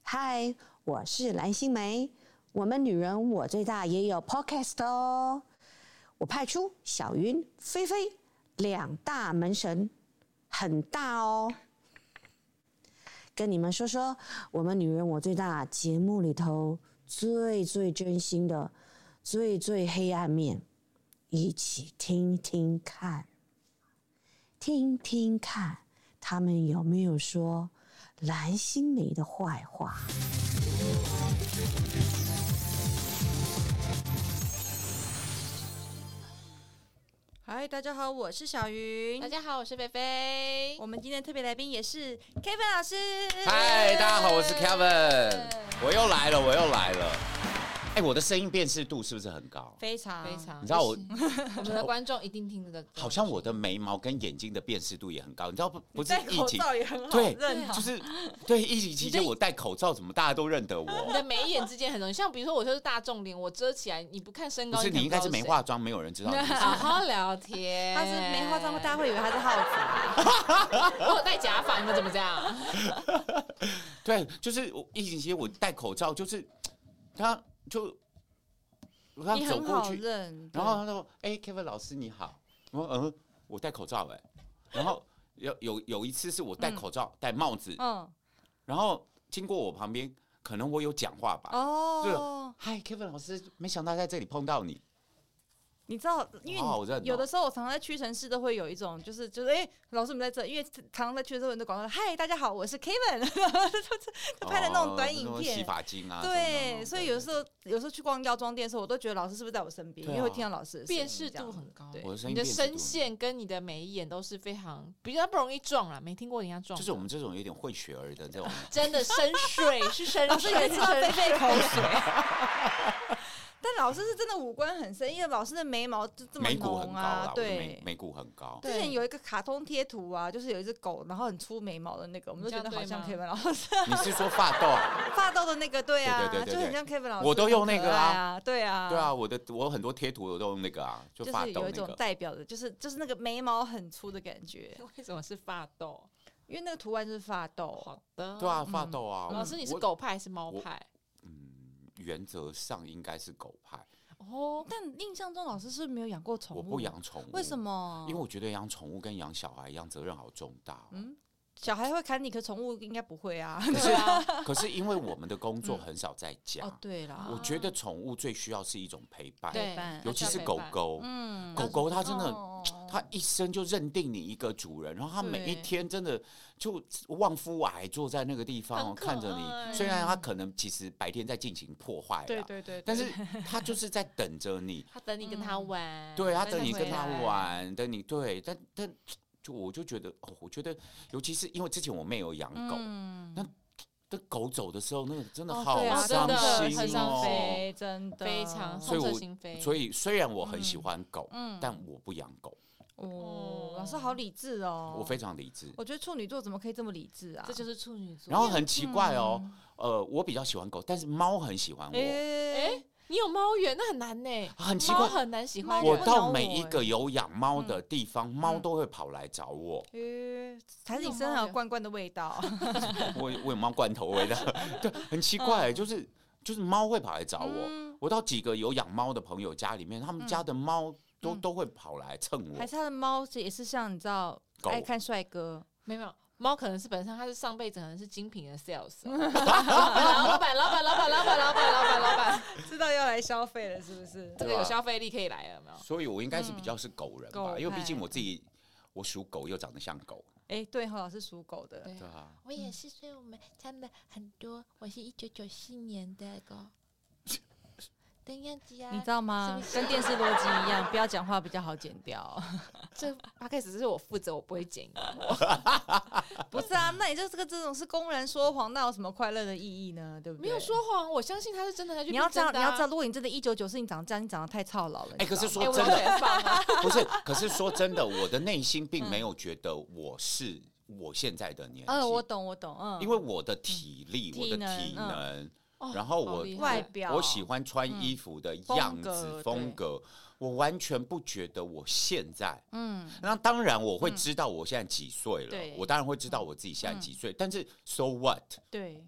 嗨，我是蓝心湄。我们女人我最大也有 podcast 哦。我派出小云、菲菲两大门神，很大哦。跟你们说说我们女人我最大节目里头最真心的、最黑暗面，一起听听看，听听看他们有没有说蓝心湄的坏话。 嗨，大家好，我是小云。 大家好，我是菲菲。 我们今天特别来宾也是 Kevin 老师。 嗨，大家好，我是 Kevin， 我又来了。我的声音辨识度是不是很高？ 非常。 你知道我们的观众一定听得到。 好像我的眉毛跟眼睛的辨识度也很高。你知道不是疫情， 口罩也很好认， 就是对疫情期间我戴口罩，怎么大家都认得我？ 你的眉眼之间很容易，像比如说我就是大众脸，我遮起来，你不看身高， 不是你应该是没化妆，没有人知道你。 好好聊天， 他是没化妆，大家会以为他是耗子。 我有戴假发，你们怎么这样？ 对，就是疫情期间我戴口罩，就是他就。我刚走过去，然后他说：“Kevin 老师你好。”我说：“我戴口罩然后有一次是我戴口罩、戴帽子，然后经过我旁边，可能我有讲话吧，就嗨 Kevin 老师，没想到在这里碰到你。” 你知道，因为有的时候我常常在屈臣氏都会有一种，就是老师们在这，因为常常在屈臣氏很多广告，嗨，大家好，我是 Kevin， 就拍的那种短影片， 洗发精啊， 对，所以有时候去逛药妆店的时候，我都觉得老师是不是在我身边，因为会听到老师的声音， 辨识度很高， 你的声线跟你的眉眼都是非常比较不容易撞啦，没听过人家撞， 就是我们这种有点混血儿的这种， 真的深水是深水， 老师也知道菲菲口水。但老师是真的五官很深，因为老师的眉毛就这么浓啊，对， 眉骨很高。 之前有一个卡通贴图啊，就是有一只狗，然后很粗眉毛的那个，我们都觉得好像 Kevin 老师。 你是说发豆？ 发豆的那个，对啊，就很像 Kevin 老师。 我都用那个啊， 对啊， 对啊，我很多贴图我都用那个啊，就发豆那个。 就是有一种代表的，就是那个眉毛很粗的感觉。 为什么是发豆？ 因为那个图案就是发豆。 好的， 对啊，发豆啊。 老师，你是狗派还是猫派？ 原则上应该是狗派。 但印象中老师是没有养过宠物。 我不养宠物， 为什么？ 因为我觉得养宠物跟养小孩一样，责任好重大。 小孩会砍你，可宠物应该不会啊。 可是因为我们的工作很少在家。 对啦， 我觉得宠物最需要是一种陪伴， 对， 尤其是狗狗。狗狗它真的，它一生就认定你一个主人，然后它每一天真的就望夫矮坐在那个地方看着你。虽然它可能其实白天在进行破坏， 对， 但是它就是在等着你， 它等你跟它玩， 对，它等你跟它玩，等你对，但。我就觉得，我觉得，尤其是因为之前我妹有养狗，那狗走的时候，那个真的好伤心哦， 真的非常痛彻心扉。 所以虽然我很喜欢狗，但我不养狗。 老师好理智哦， 我非常理智。 我觉得处女座怎么可以这么理智啊？ 这就是处女座。 然后很奇怪哦，我比较喜欢狗，但是猫很喜欢我。 你有猫缘，那很难呢， 很奇怪， 猫很难喜欢。 我到每一个有养猫的地方，猫都会跑来找我。 还是你身上有罐罐的味道？ 我有猫罐头味道，对，很奇怪，就是猫会跑来找我。我到几个有养猫的朋友家里面，他们家的猫都会跑来蹭我。 还是他的猫也是像你知道爱看帅哥？ 没有。猫可能是本身它是上辈子可能是精品的 sales， 老板， 知道要来消费了是不是？ 这个有消费力可以来了没有？ 所以我应该是比较是狗人吧，因为毕竟我属狗又长得像狗。 对，何老师属狗的， 对啊， 我也是，所以我们差了很多。我是1994年的狗。等样子啊， 你知道吗？跟电视逻辑一样，不要讲话比较好剪掉。 这 podcast 是我负责，我不会剪。 不是啊，那你就这种是公然说谎，那有什么快乐的意义呢？对不对？ 没有说谎，我相信他是真的。 你要知道，如果你真的1994，你长这样，你长得太操劳了。 可是说真的，不是，可是说真的，我的内心并没有觉得我是我现在的年纪。 我懂， 因为我的体力，我的体能。然后外表， 我喜欢穿衣服的样子风格，我完全不觉得我现在，那当然我会知道我现在几岁了，我当然会知道我自己现在几岁，但是 so what？ 对，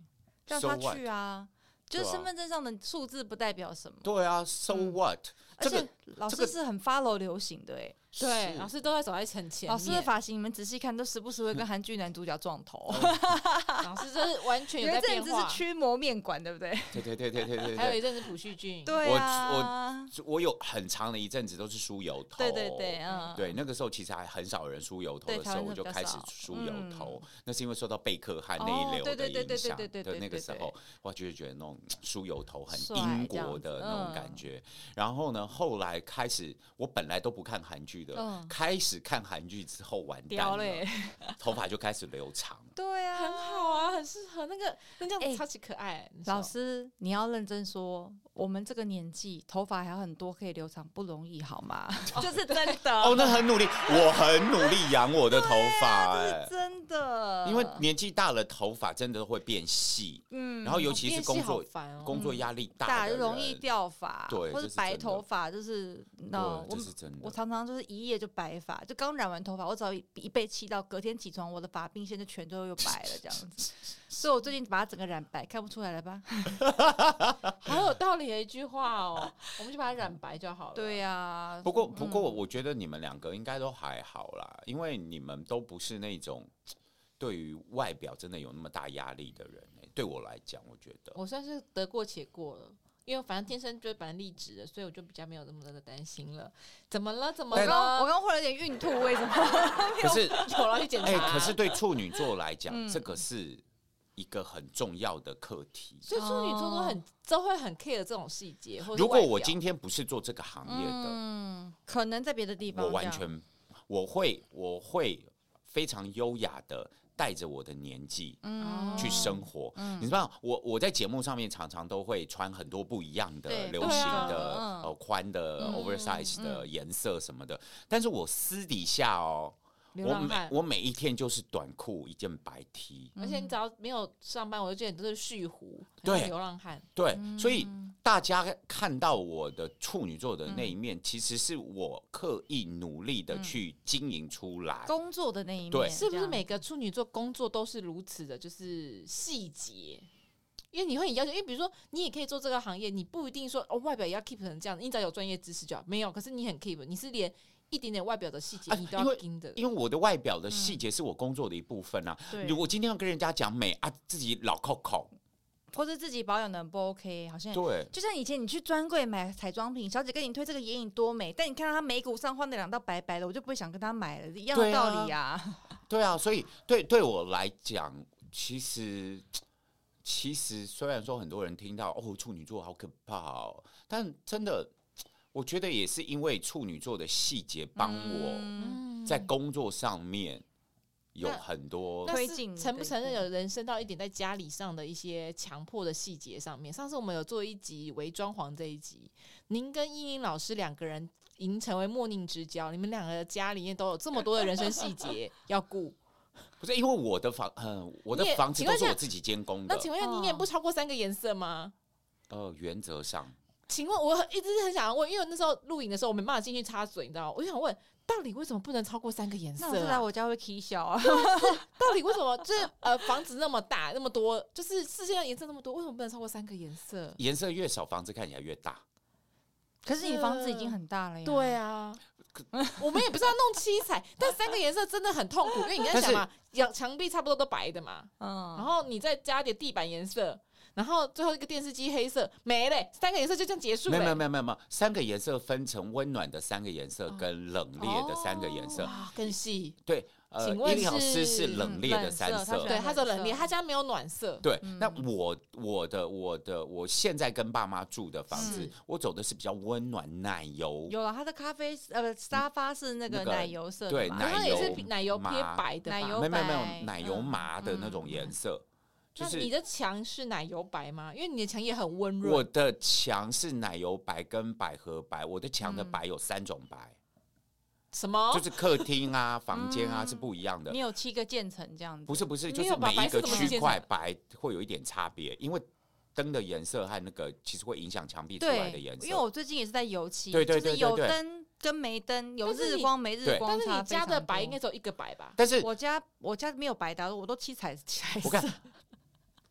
让他去啊。就是身份证上的数字不代表什么。 对啊 ，so what？ 而且老师是很 follow 流行的对，老师都在走在很前面。 老师的发型你们仔细看，都时不时会跟韩剧男主角撞头。 老师就是完全有在变化。 有一阵子是驱魔面馆，对不对？ 对。 还有一阵子朴叙俊。 对啊， 我有很长的一阵子都是梳油头。 对， 对，那个时候其实还很少人梳油头的时候，我就开始梳油头。那是因为受到贝克汉那一流的影响的那个时候，我就觉得那种梳油头很英国的那种感觉。然后呢，后来开始，我本来都不看韩剧的，开始看韩剧之后完蛋了，头发就开始留长。 对啊， 很好啊，很适合那这样超级可爱。 老师，你要认真说，我们这个年纪头发还有很多可以留长，不容易好吗？这是真的。 那很努力，我很努力养我的头发， 这是真的。 因为年纪大了，头发真的会变细。然后尤其是工作压力大的人， 容易掉发， 对， 或者白头发，这是真的。 我常常就是一夜就白发，就刚染完头发，我只要一被气到，隔天起床，我的发鬓线就全都又白了这样子。所以我最近把它整个染白，看不出来了吧？ 好有道理的一句话哦，我们就把它染白就好了。 对呀。 不过我觉得你们两个应该都还好啦，因为你们都不是那种对于外表真的有那么大压力的人。对我来讲，我觉得我算是得过且过了。因为反正天生就蛮励志的，所以我就比较没有那么的担心了。怎么了？我刚会有点孕吐，为什么？ 可是有了去检查。 可是对处女座来讲，这个是一个很重要的课题。 所以处女座都会很 care 这种细节。 如果我今天不是做这个行业的， 可能在别的地方， 我完全我会非常优雅的。带着我的年纪去生活，你知道，我在节目上面常常都会穿很多不一样的流行的宽的 oversize 的颜色什么的，但是我私底下我每一天就是短裤一件白 T， 而且你只要没有上班，我就觉得你都是蓄胡， 对， 流浪汉。 对，所以大家看到我的处女座的那一面，其实是我刻意努力的去经营出来工作的那一面。 对， 是不是每个处女座工作都是如此的，就是细节？因为你会很要求，因为比如说你也可以做这个行业，你不一定说外表也要 keep 成这样，你只要有专业知识就好。没有，可是你很 keep， 你是连一点点外表的细节你都要盯的， 因为我的外表的细节是我工作的一部分啊。如果今天要跟人家讲美啊，自己老扣扣， 或者自己保养的不 OK， 好像对。 就像以前你去专柜买彩妆品，小姐跟你推这个眼影多美，但你看到她眉骨上画那2道白白的，我就不会想跟她买了，一样的道理啊。 对啊，所以对我来讲，其实虽然说很多人听到处女座好可怕但真的。我觉得也是因为处女座的细节帮我在工作上面有很多推进。 承不承认有人生到一点在家里上的一些强迫的细节上面？上次我们有做一集为装潢这一集，您跟依琳老师2个人已经成为莫逆之交，你们2个的家里面都有这么多的人生细节要顾。 不是因为我的房子都是我自己监工的。 那请问一下，你也不超过3个颜色吗？ 原则上。 请问，我一直很想问，因为那时候录影的时候，我没办法进去插嘴，你知道吗？我就想问，到底为什么不能超过3个颜色？ 那我来我家会起笑啊！ 到底为什么？就是房子那么大，那么多，就是世界上颜色那么多，为什么不能超过3个颜色？ 颜色越少，房子看起来越大。 可是你房子已经很大了呀。 对啊，我们也不是要弄七彩，但3个颜色真的很痛苦，因为你在想嘛，墙壁差不多都白的嘛，然后你再加点地板颜色。然后最后一个电视机黑色没了，3个颜色就这样结束了。 没有，3个颜色分成温暖的3个颜色跟冷冽的3个颜色， 更细。 对，依琳老师是冷冽的3色， 对，他说冷冽，他家没有暖色。 对，那我现在跟爸妈住的房子，我走的是比较温暖奶油。 有了，他的咖啡沙发是那个奶油色的， 对， 奶油也是奶油偏白的， 奶油没有奶油麻的那种颜色。 那你的墙是奶油白吗？因为你的墙也很温润。 我的墙是奶油白跟百合白，我的墙的白有3种白。 什么？ 就是客厅啊、房间啊是不一样的。 你有7个渐层这样子？ 不是，就是每一个区块白会有一点差别，因为灯的颜色和那个其实会影响墙壁出来的颜色。 因为我最近也是在油漆， 对， 就是有灯跟没灯，有日光没日光， 但是你家的白应该只有1个白吧？ 但是我家没有白的，我都漆彩色。 我看。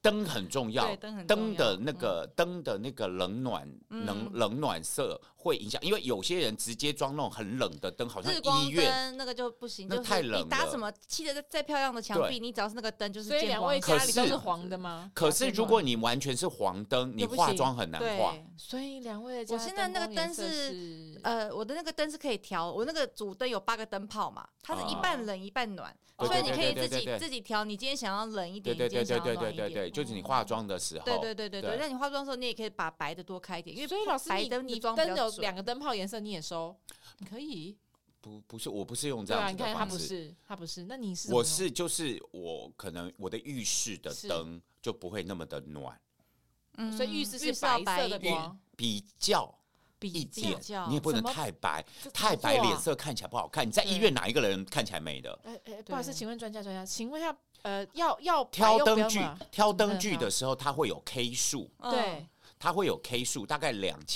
灯很重要，灯的那个冷暖色会影响，因为有些人直接装那种很冷的灯，好像医院那个就不行， 那太冷了。 你打什么漆的再漂亮的墙壁，你只要是那个灯就是见光。 所以两位家里都是黄的吗？ 可是如果你完全是黄灯，你化妆很难化。 所以两位的家， 我现在那个灯是我的那个灯是可以调，我那个主灯有8个灯泡嘛，它是一半冷一半暖，所以你可以自己调。你今天想要冷一点， 对，就是你化妆的时候， 对。那你化妆的时候，你也可以把白的多开一点，因为所以老师白灯你灯有2个灯泡颜色，你也收，你可以。 不是，我不是用这样子的方式。 你看他不是，那你是？ 我是就是我可能我的浴室的灯就不会那么的暖， 所以浴室是白色的光， 比较一点，你也不能太白，太白脸色看起来不好看。你在医院哪一个人看起来美的？ 不好意思，请问专家，请问一下，要挑灯具的时候，它会有 K 数， 对， 它会有 K 数，大概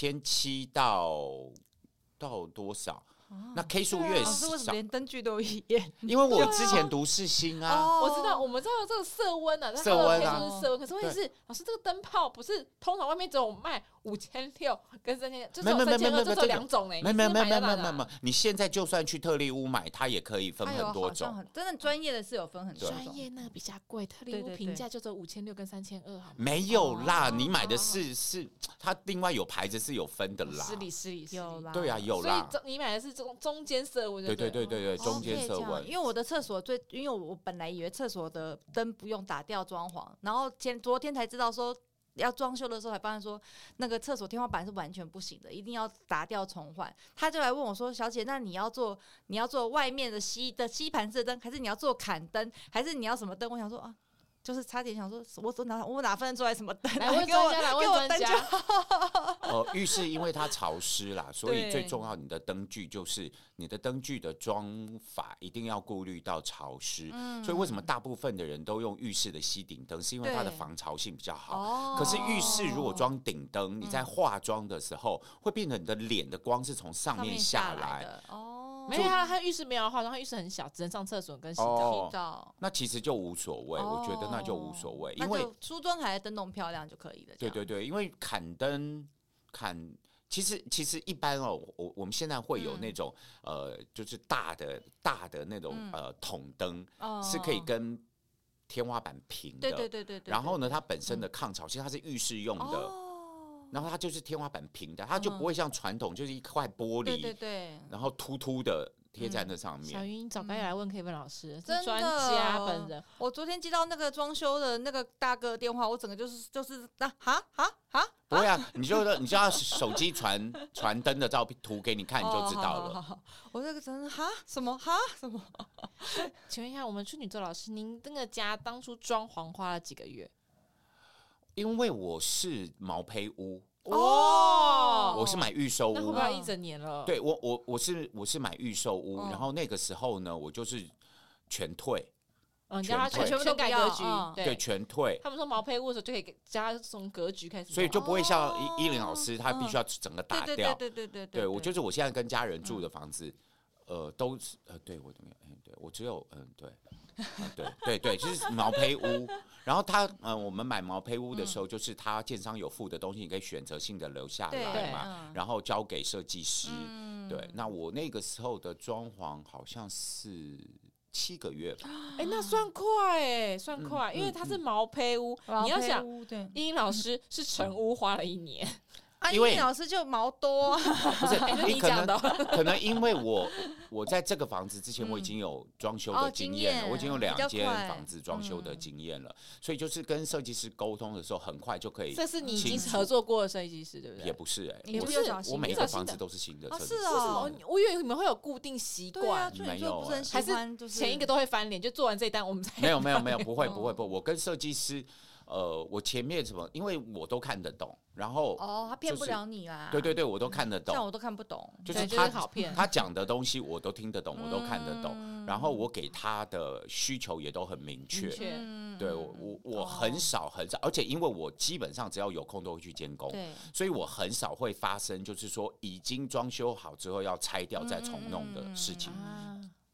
2700到多少？那 K 数越少， 为什么连灯具都一样？ 因为我之前读世新啊， 我知道，我们知道这个色温啊， 色温啊， 是色温。可是问题是，老师这个灯泡不是通常外面只有卖5600跟3000，就是3200，就只有2种哎。 没，你现在就算去特力屋买，它也可以分很多种。 真的专业的是有分很多种， 专业那个比较贵，特力屋平价就只有5600跟3200，好吗？ 没有啦，你买的是它另外有牌子是有分的啦。 失礼， 有啦， 对啊，有啦。 所以你买的是中间色温， 对，中间色温。 因为我的厕所因为我本来以为厕所的灯不用打掉装潢，然后昨天才知道说要装修的时候才发现说那个厕所天花板是完全不行的，一定要打掉重换。他就来问我说：“小姐，那你要做外面的吸盘式灯，还是你要做砍灯，还是你要什么灯？”我想说啊。就是差点想说，我哪分得出来什么灯？ 来问专家，来问专家。 浴室因为它潮湿啦，所以最重要你的灯具就是你的灯具的装法一定要顾虑到潮湿。所以为什么大部分的人都用浴室的吸顶灯，是因为它的防潮性比较好。可是浴室如果装顶灯，你在化妆的时候会变成你的脸的光是从上面下来的。 没有他浴室没有化妆，他浴室很小，只能上厕所跟洗澡。 那其实就无所谓，我觉得那就无所谓，因为梳妆台的灯笼漂亮就可以了。 对，因为砍灯其实一般我们现在会有那种就是大的那种筒灯，是可以跟天花板平的。 对。 然后呢，它本身的抗潮性，它是浴室用的。然后它就是天花板平的，它就不会像传统就是一块玻璃， 对， 然后凸凸的贴在那上面。 小云，你早该来问 Kevin 老师，是专家本人。 我昨天接到那个装修的那个大哥的电话，我整个就是哈， 不会啊，你就要手机传灯的照片图给你看，你就知道了。 好，我这个真的什么。 请问一下，我们处女座老师，您那个家当初装潢花了几个月？ 因为我是毛坯屋我是买预售屋， 那会不会1整年了？ 对，我是买预售屋，然后那个时候呢，我就是全退， 叫他全部都改格局， 对，全退。 他们说毛坯屋的时候就可以加从格局开始， 所以就不会像依林老师，他必须要整个打掉。 对， 我就是我现在跟家人住的房子，都是对我只有对，就是毛坯屋。然后我们买毛坯屋的时候，就是他建商有附的东西，你可以选择性的留下来嘛，然后交给设计师。对，那我那个时候的装潢好像是7个月吧。 那算快算快，因为它是毛坯屋，你要想，依林老师是成屋花了1年。 因为老师就毛多， 不是你可能因为我在这个房子之前我已经有装修的经验了，我已经有2间房子装修的经验了，所以就是跟设计师沟通的时候很快就可以。 这是你已经合作过的设计师对不对？ 也不是我每一个房子都是新的设计师。 是哦，我以为你们会有固定习惯， 没有， 还是前一个都会翻脸，就做完这一单我们才没有，不会，我跟设计师。我前面因为我都看得懂，然后他骗不了你啦。 对，我都看得懂， 像我都看不懂， 就是他讲的东西我都听得懂，我都看得懂，然后我给他的需求也都很明确。对，我很少，而且因为我基本上只要有空都会去监工，所以我很少会发生就是说已经装修好之后要拆掉再重弄的事情。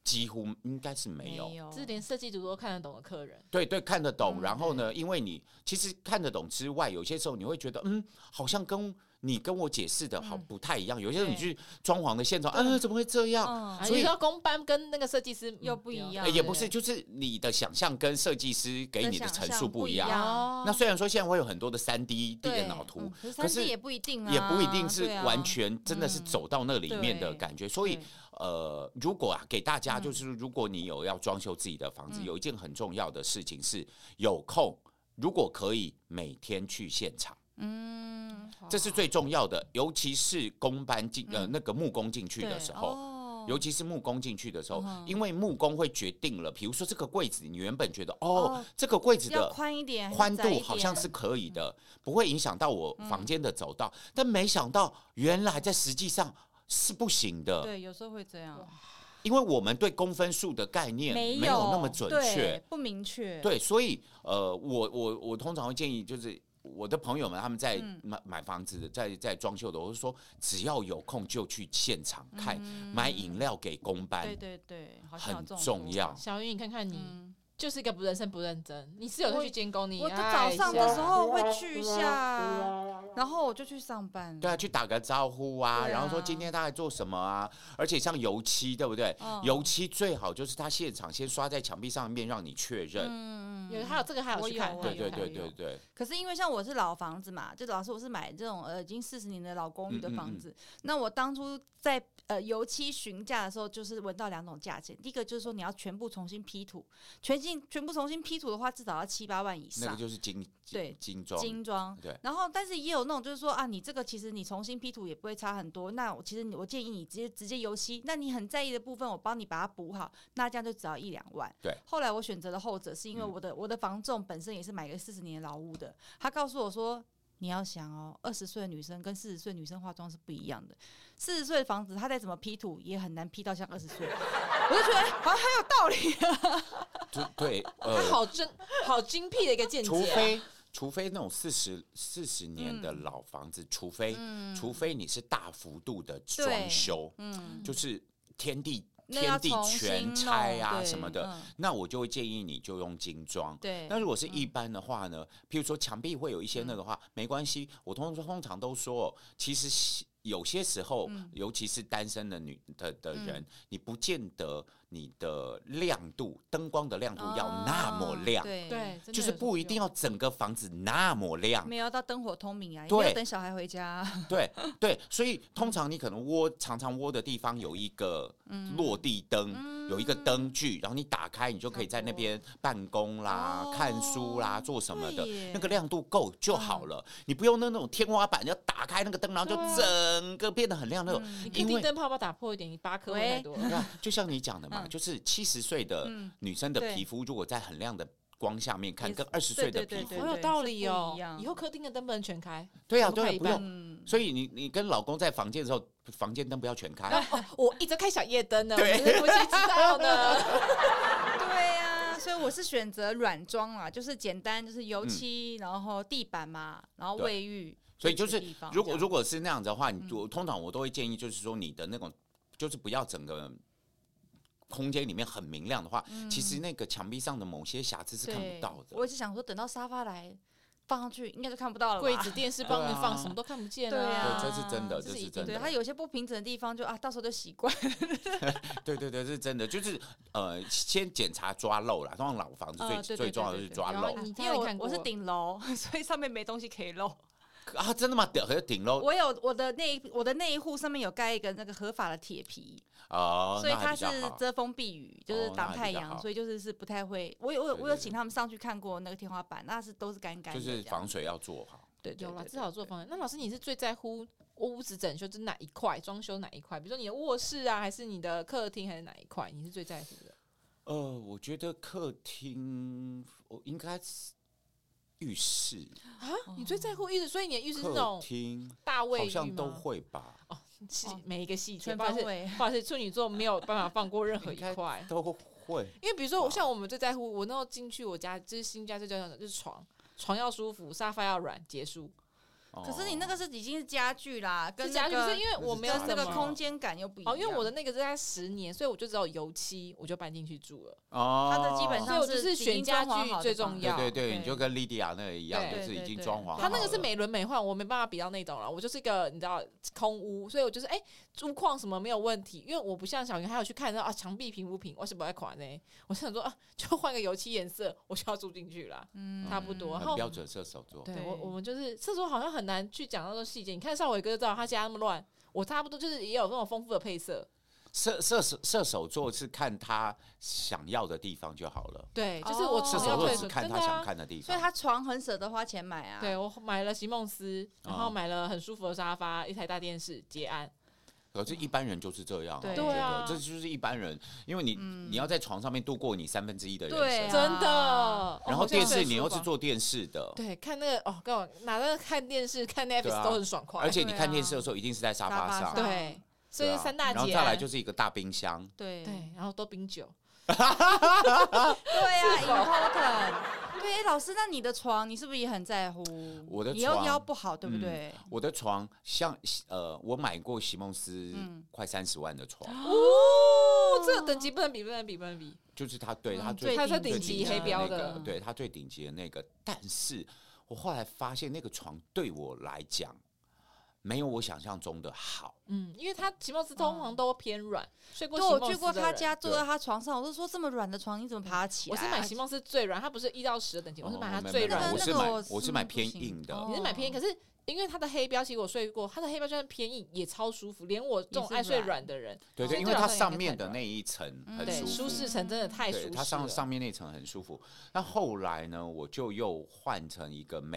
几乎应该是没有， 这是连设计图都看得懂的客人。 对，看得懂。然后呢，因为你其实看得懂之外，有些时候你会觉得，好像你跟我解释的好不太一样。有些时候你去装潢的现场，怎么会这样？ 所以说公班跟那个设计师又不一样， 也不是，就是你的想象跟设计师给你的陈述不一样。那虽然说现在会有很多的3D 电脑图，可是也不一定啊， 也不一定是完全真的是走到那里面的感觉。所以如果给大家就是，如果你有要装修自己的房子，有一件很重要的事情是，有空如果可以每天去现场。这是最重要的，尤其是工班那个木工进去的时候，尤其是木工进去的时候，因为木工会决定了，比如说这个柜子，你原本觉得这个柜子的宽一点， 宽度好像是可以的，不会影响到我房间的走道，但没想到原来在实际上是不行的。 对，有时候会这样。 因为我们对公分数的概念没有那么准确， 不明确。 对，所以我通常会建议就是。我的朋友们他们在买房子的，在装修的，我就说只要有空就去现场看，买饮料给工班， 对， 很重要。 小云，你看看你。就是一个人生不认真，你是有去监工你？ 我早上的时候会去一下，然后我就去上班。 对啊，去打个招呼啊，然后说今天他在做什么啊？而且像油漆，对不对？油漆最好就是他现场先刷在墙壁上面，让你确认。 还有这个还有去看， 对。 可是因为像我是老房子嘛，就老师我是买这种已经40年的老公寓的房子，那我当初在油漆询价的时候，就是闻到2种价钱。第一个就是说你要全部重新批土，全部重新批土的话，至少要7、8万以上。 那个就是精装。对。 然后，但是也有那种就是说啊，你这个其实你重新批土也不会差很多。那其实我建议你直接油漆。那你很在意的部分，我帮你把它补好，那这样就只要1、2万。 对。 后来我选择了后者，是因为我的房仲本身也是买个40年老屋的，他告诉我说。你要想哦，20岁的女生跟40岁女生化妆是不一样的。40岁的房子，她再怎么P图，也很难P到像20岁。我就觉得好像很有道理啊。 对， 好精辟的一个见解。除非那种40年的老房子，除非你是大幅度的装修，就是天地全拆啊什么的，那我就会建议你就用精装。 对， 那如果是一般的话呢，譬如说墙壁会有一些那个话，没关系。我通常都说，其实有些时候，尤其是单身的人，你不见得你的亮度，灯光的亮度要那么亮。 对， 就是不一定要整个房子那么亮， 没有到灯火通明啊，也没有等小孩回家。 对，所以通常你可能常常窝的地方有一个落地灯，有一个灯具，然后你打开，你就可以在那边办公啦、看书啦、做什么的，那个亮度够就好了。你不用那种天花板要打开那个灯，然后就整个变得很亮那种。 你客厅灯泡把打破一点，你8颗会太多。 就像你讲的嘛，就是70岁的女生的皮肤，如果在很亮的光下面看，跟20岁的皮肤好有道理哦。以后客厅的灯不能全开。 对啊，不用。所以你跟老公在房间的时候，房间灯不要全开。 我一直开小夜灯呢，我不知道呢。 对啊，所以我是选择软装啦，就是简单，就是油漆，然后地板嘛，然后卫浴。 所以就是如果是那样子的话，通常我都会建议，就是说你的那种，就是不要整个空间里面很明亮的话，其实那个墙壁上的某些瑕疵是看不到的。 我一直想说，等到沙发来放上去，应该就看不到了吧。 柜子、电视帮你放，什么都看不见了。 对啊， 这是真的，这是真的。 对，它有些不平整的地方，就到时候就习惯。 对，这是真的。就是先检查抓漏啦。通常老房子最重要的就是抓漏。 因为我是顶楼，所以上面没东西可以漏。 啊，真的吗？顶楼， 我的那一户上面有盖一个那个合法的铁皮所以它是遮风避雨，就是挡太阳，所以就是不太会。我有请他们上去看过那个天花板，那都是干的， 就是防水要做好。 对， 有啦，至少做防水。那老师，你是最在乎屋子整修，就是哪一块装修哪一块？比如说你的卧室啊，还是你的客厅，还是哪一块？你是最在乎的？ 我觉得客厅，我应该是。浴室啊，你最在乎浴室，所以你的浴室是那种大卫浴吗？ 好像都会吧。 每一个细节， 不好意思，处女座没有办法放过任何一块， 都会。 因为比如说，像我们最在乎，我那时候进去我家，就是新家最重要的就是床要舒服，沙发要软，结束。 可是你那个是已经是家具啦，跟家具，是因为我没有那个空间感又不一样。 因为我的那个是在10年，所以我就只有油漆，我就搬进去住了。 它的基本上是选家具最重要。 对，你就跟莉迪亚那个一样，就是已经装潢好了。 它那个是美轮美奂，我没办法比到那种了。我就是一个你知道空屋，所以我就是屋况什么没有问题，因为我不像小云还有去看到墙壁平不平，我是不爱款呢。我是想说就换个油漆颜色，我就要住进去了，差不多。 很标准射手座。 对，我们就是射手好像很难去讲到这细节。你看少伟哥就知道他家那么乱，我差不多就是也有那种丰富的配色。 射手座是看他想要的地方就好了。 对，就是我射手座是看他想看的地方， 所以他床很舍得花钱买啊。 对，我买了席梦思，然后买了很舒服的沙发，一台大电视，结案。 可是一般人就是这样， 对啊， 这就是一般人，因为你要在床上面度过你1/3的人生， 对，真的。 然后电视你又是做电视的， 对，看那个跟我哪个看电视看 Netflix 都很爽快， 而且你看电视的时候一定是在沙发上， 对，所以3大节， 然后再来就是一个大冰箱， 对， 然后都冰酒， 对啊 ，important。对，老师，那你的床你是不是也很在乎？ 我的床你腰不好，对不对？ 我的床像我买过席梦思快30万的床， 这个等级不能比。 就是他对他是顶级黑标的， 对他最顶级的那个。但是我后来发现那个床对我来讲没有我想象中的好。 因为他席梦思通常都偏软，睡过我去过他家，坐在他床上，我就说这么软的床你怎么爬起来？ 我是买席梦思最软，他不是1到10的等级，我是买他最软的。 我是买偏硬的。 你是买偏硬，可是因为他的黑标，其实我睡过，他的黑标就算偏硬也超舒服，连我这种爱睡软的人， 对，因为它上面的那一层很舒服， 舒适层真的太舒适了。 它上面那层很舒服。那后来呢，我就又换成一个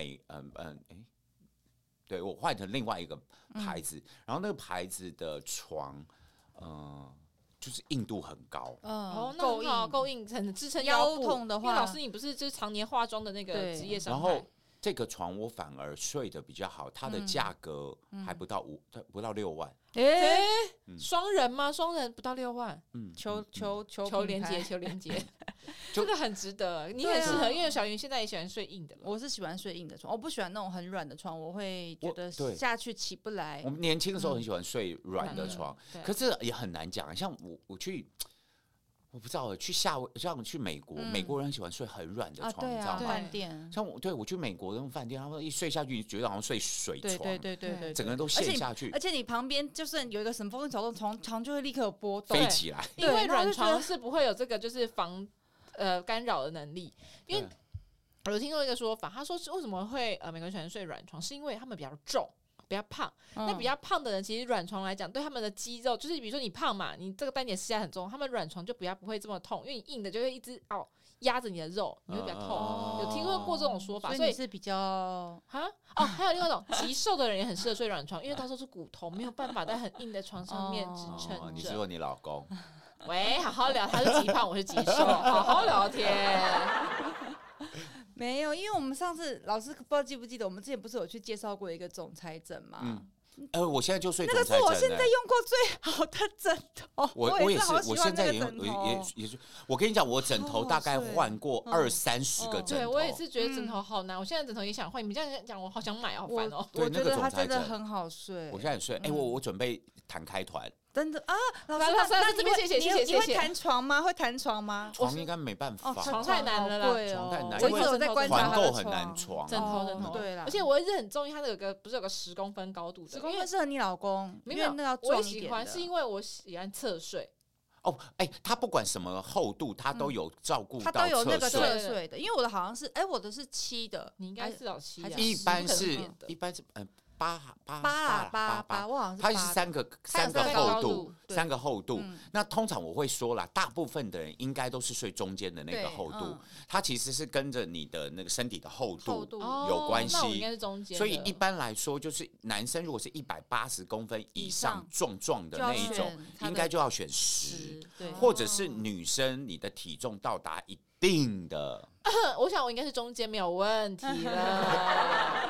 对，我换成另外一个牌子，然后那个牌子的床，就是硬度很高， 够硬，很支撑腰痛的话。 因为老师你不是就是常年化妆的那个职业伤害。 然后这个床我反而睡得比较好，它的价格还不到6万。 双人吗？双人不到6万。 求连接。 这个很值得，你很适合，因为小云现在也喜欢睡硬的。 我是喜欢睡硬的床，我不喜欢那种很软的床，我会觉得下去起不来。 我们年轻的时候很喜欢睡软的床，可是也很难讲。像我不知道像去美国，美国人很喜欢睡很软的床，你知道吗？ 饭店像我去美国那种饭店，他们一睡下去，觉得好像睡水床， 对， 整个人都陷下去。 而且你旁边就算有一个什么风吹草动，床就会立刻有波动飞起来。 因为软床是不会有这个就是防干扰的能力，因为我有听说一个说法，他说为什么会美国人喜欢睡软床，是因为他们比较重。比较胖，那比较胖的人，其实软床来讲，对他们的肌肉，就是比如说你胖嘛，你这个单点施压很重，他们软床就不会这么痛，因为你硬的就会一直压着你的肉，你会比较痛。有听说过这种说法， 所以你是比较还有另外一种极瘦的人也很适合睡软床，因为到时候是骨头，没有办法在很硬的床上面支撑着。 你是说你老公？ 喂，好好聊，他是极胖，我是极瘦，好好聊天。 没有，因为我们上次老师不知道记不记得，我们之前不是有去介绍过一个总裁枕吗？ 我现在就睡总裁枕， 那个是我现在用过最好的枕头。 我也是，我现在也是。我跟你讲，我枕头大概换过20-30个枕头。 对，我也是觉得枕头好难，我现在枕头也想换。你们这样讲，我好想买，好烦哦。 我觉得它真的很好睡。 我现在也睡，我准备谈开团。 真的啊，老师， 那这边谢谢。 你会弹床吗？会弹床吗？ 床应该没办法， 床太难了啦， 床太难， 我一直有在观察团购很难床， 枕头对啦。 而且我一直很中意它不是有个10公分高度的 ，10公分适合你老公，因为那要我也喜欢，是因为我喜欢侧睡。 它不管什么厚度，它都有照顾到， 它都有那个侧睡的。因为我的好像是，我的是7的， 你应该是有7， 一般是8， 我好像是它是三个厚度，那通常我会说啦，大部分的人应该都是睡中间的那个厚度，它其实是跟着你的那个身体的厚度有关系， 那我应该是中间。 所以一般来说，就是男生如果是180公分以上壮的那一种，应该就要选10，或者是女生你的体重到达一定的， 我想我应该是中间没有问题了。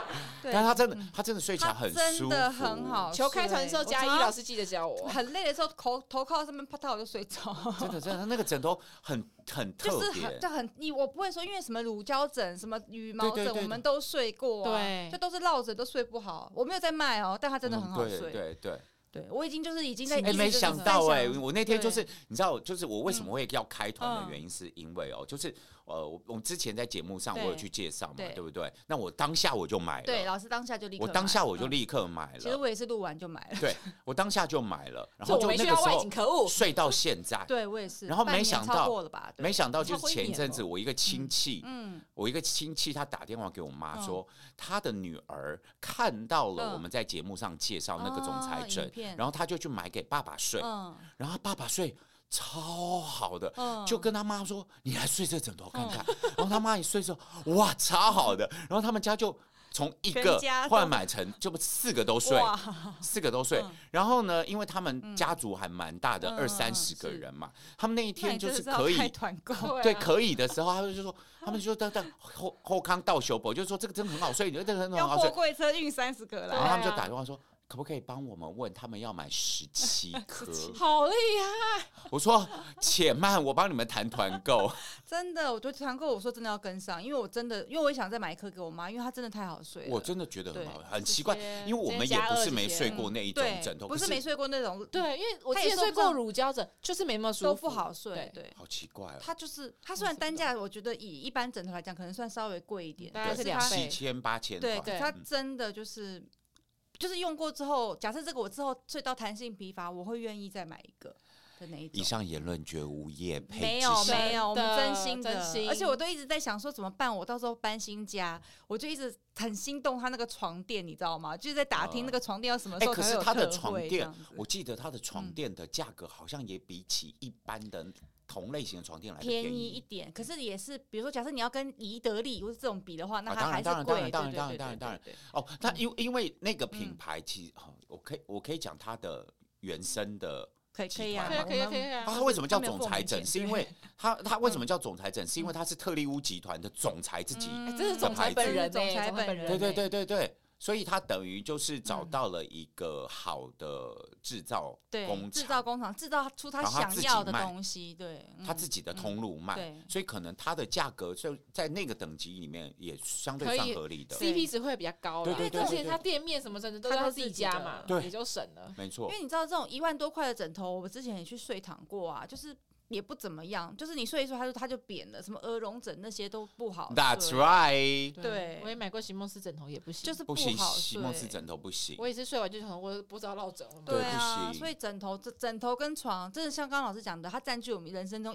但是他真的睡起来很舒服， 真的很好。 球开团的时候，嘉一老师记得教我。 很累的时候，头靠上面啪嗒我就睡着。 真的，那个枕头很特别， 我不会说，因为什么乳胶枕、什么羽毛枕，我们都睡过， 对， 这都是落枕都睡不好。我没有在卖哦，但它真的很好睡。对，我已经在。 没想到我那天就是你知道，就是我为什么会要开团的原因，是因为就是我们之前在节目上我有去介绍嘛，对不对？那我当下我就买了， 对，老师当下就立刻买了， 我当下我就立刻买了。 其实我也是录完就买了， 对，我当下就买了，然后就那个时候睡到现在， 对我也是。 然后没想到就是前一阵子我一个亲戚，他打电话给我妈说，他的女儿看到了我们在节目上介绍那个总裁枕，然后他就去买给爸爸睡，然后爸爸睡超好的，就跟他妈说：“你来睡这枕头看看。”然后他妈一睡说：“哇，超好的。”然后他们家就从一个后来买成就4个都睡，4个都睡。然后呢，因为他们家族还蛮大的，20-30个人嘛，他们那一天就是可以对可以的时候，他们就说。他们就说后康到修补，就是说这个真的很好睡，这个很好睡。 要货柜车运30个来， 然后他们就打电话说，可不可以帮我们问他们要买17颗？ 好厉害！ 我说且慢，我帮你们谈团购。 真的，我对团购我说真的要跟上，因为我也想再买1颗给我妈，因为她真的太好睡了。 我真的觉得很好，很奇怪，因为我们也不是没睡过那一种枕头， 不是没睡过那种。 对，因为我之前睡过乳胶枕，就是没那么舒服， 都不好睡。对， 好奇怪哦。 它虽然单价，我觉得以一般枕头来讲，可能算稍微贵一点， 大概是2倍 ，7000-8000。 对，它真的就是用过之后，假设这个我之后睡到弹性疲乏，我会愿意再买一个的那一种。 以上言论绝无业配， 没有，我们真心的，而且我都一直在想说怎么办，我到时候搬新家，我就一直很心动他那个床垫，你知道吗？就是在打听那个床垫要什么时候才会有特惠。 可是他的床垫，我记得他的床垫的价格好像也比起一般的同类型的床垫来便宜一点，可是也是，比如说，假设你要跟宜得利或是这种比的话，那它还是贵。 当然。哦，它因为那个品牌，其实我可以讲它的原生的可以啊。 它为什么叫总裁枕？是因为它为什么叫总裁枕？是因为它是特利乌集团的总裁自己， 这是总裁本人， 对。所以他等于就是找到了一个好的制造工厂，制造出他想要的东西，对， 他自己的通路卖，所以可能他的价格就在那个等级里面也相对算合理的 ，CP 值会比较高了， 对， 而且他店面什么真的都是他自己家嘛，也就省了， 没错。 因为你知道这种1万多块的枕头，我之前也去睡躺过啊，就是也不怎么样，就是你睡一睡它就扁了，什么鹅绒枕那些都不好睡。 That's right。 对， 我也买过席梦思枕头，也不行， 就是不行， 好睡。 席梦思枕头不行。 我也是睡完就想，我不知道落枕了。 对啊，所以枕头跟床，真的像刚刚老师讲的，它占据我们人生中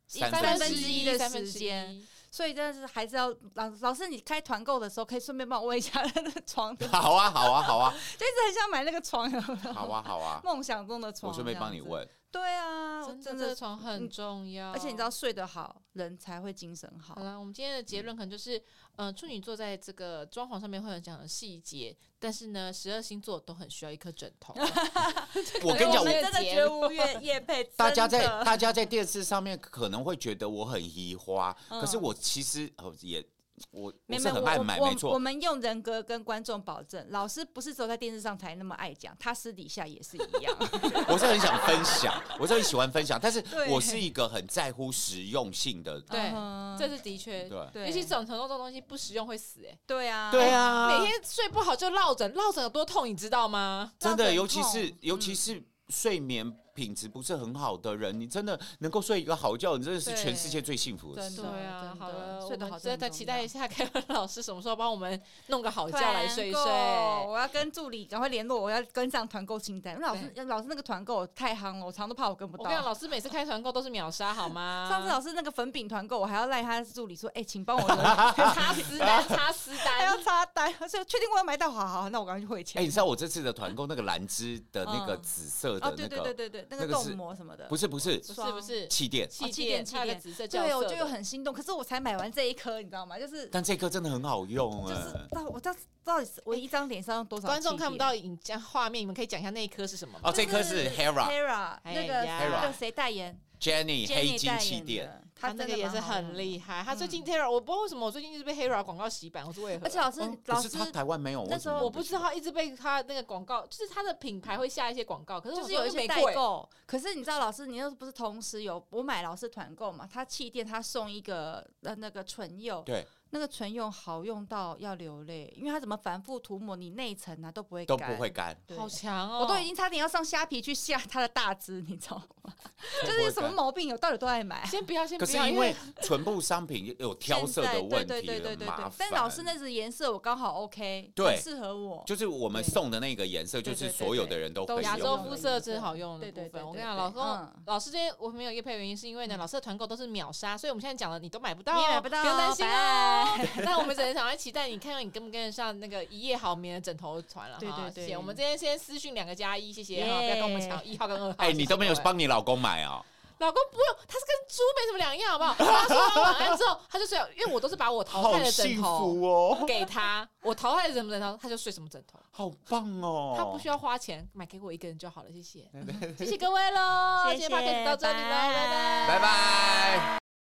3分之一的时间。所以真的是还是要老师，你开团购的时候可以顺便帮我问一下那个床。 好啊， 就一直很想买那个床。 好啊， 梦想中的床， 我顺便帮你问。 对啊， 真的床很重要， 而且你知道睡得好，人才会精神好。 好了，我们今天的结论可能就是，处女座在这个装潢上面会很讲的细节，但是呢，12星座都很需要一颗枕头。 我跟你讲，我真的绝无业配。 大家在电视上面可能会觉得我很移花，可是我其实也。我是很爱买，没错。 我们用人格跟观众保证，老师不是只有在电视上才那么爱讲，他私底下也是一样。 我是很想分享，我是很喜欢分享，但是我是一个很在乎实用性的。 对，这是的确。 对， 尤其枕头这种东西不实用会死。 对啊， 每天睡不好就落枕有多痛，你知道吗？ 真的，尤其是睡眠品质不是很好的人，你真的能够睡一个好觉，你真的是全世界最幸福的事。 对啊，好了， 睡得好， 再期待一下凯文老师什么时候帮我们弄个好觉来睡一睡。 我要跟助理赶快联络，我要跟上团购清单。因为老师那个团购太夯了，我常常都怕我跟不到。 我跟你讲，老师每次开团购都是秒杀，好吗？ 上次老师那个粉饼团购，我还要赖他助理说，请帮我插私单， 还要插单，所以确定我要买到，好，那我赶快去汇钱。 你知道我这次的团购那个兰芝的那个紫色的那个， 对，那个冻膜什么的， 不是气垫， 的紫色对，我就有很心动，可是我才买完这一颗，你知道吗？就是， 但这颗真的很好用我到底是我一张脸上用多少？ 观众看不到画面，你们可以讲一下那一颗是什么吗？ 这颗是 Hera 那个谁代言？ Jenny 黑金气垫。 他那个也是很厉害，他最近 Terra， 我不知道为什么我最近一直被 Hera 广告洗版，我是为何？ 而且老师可是他台湾没有， 那时候我不知道他一直被他那个广告，就是他的品牌会下一些广告，可是就是有一些代购。可是你知道老师，你那不是同时有我买老师团购嘛？他气垫他送一个那个唇釉， 对。 那个唇釉好用到要流泪，因为它怎么反复涂抹，你内层啊都不会干， 好强哦！ 我都已经差点要上虾皮去下它的大支，你知道吗？就是有什么毛病，有到底都爱买。 先不要， 可是因为唇部商品有挑色的问题， 对， 麻烦。 但老师那支颜色我刚好 OK， 对， 适合我。 就是我们送的那个颜色，就是所有的人都可以用。 亚洲肤色真好用的部分。我跟你讲，老师这边我没有业配原因，是因为呢，老师的团购都是秒杀，所以我们现在讲的你都买不到， 你也买不到， 不用担心哦。那我们只能想要期待你，看看你跟不跟得上那个一夜好眠的枕头团了。对，我们今天先私讯2个加1，谢谢哈，不要跟我们抢1号跟2号。 哎，你都没有帮你老公买哦。 老公不用，他是跟猪没什么两样，好不好？他说完晚安之后，他就睡，因为我都是把我淘汰的枕头给他，我淘汰的什么枕头，他就睡什么枕头， 好棒哦！ 他不需要花钱买给我一个人就好了，谢谢，谢谢各位喽，今天 podcast 到这里喽，拜拜， 拜拜。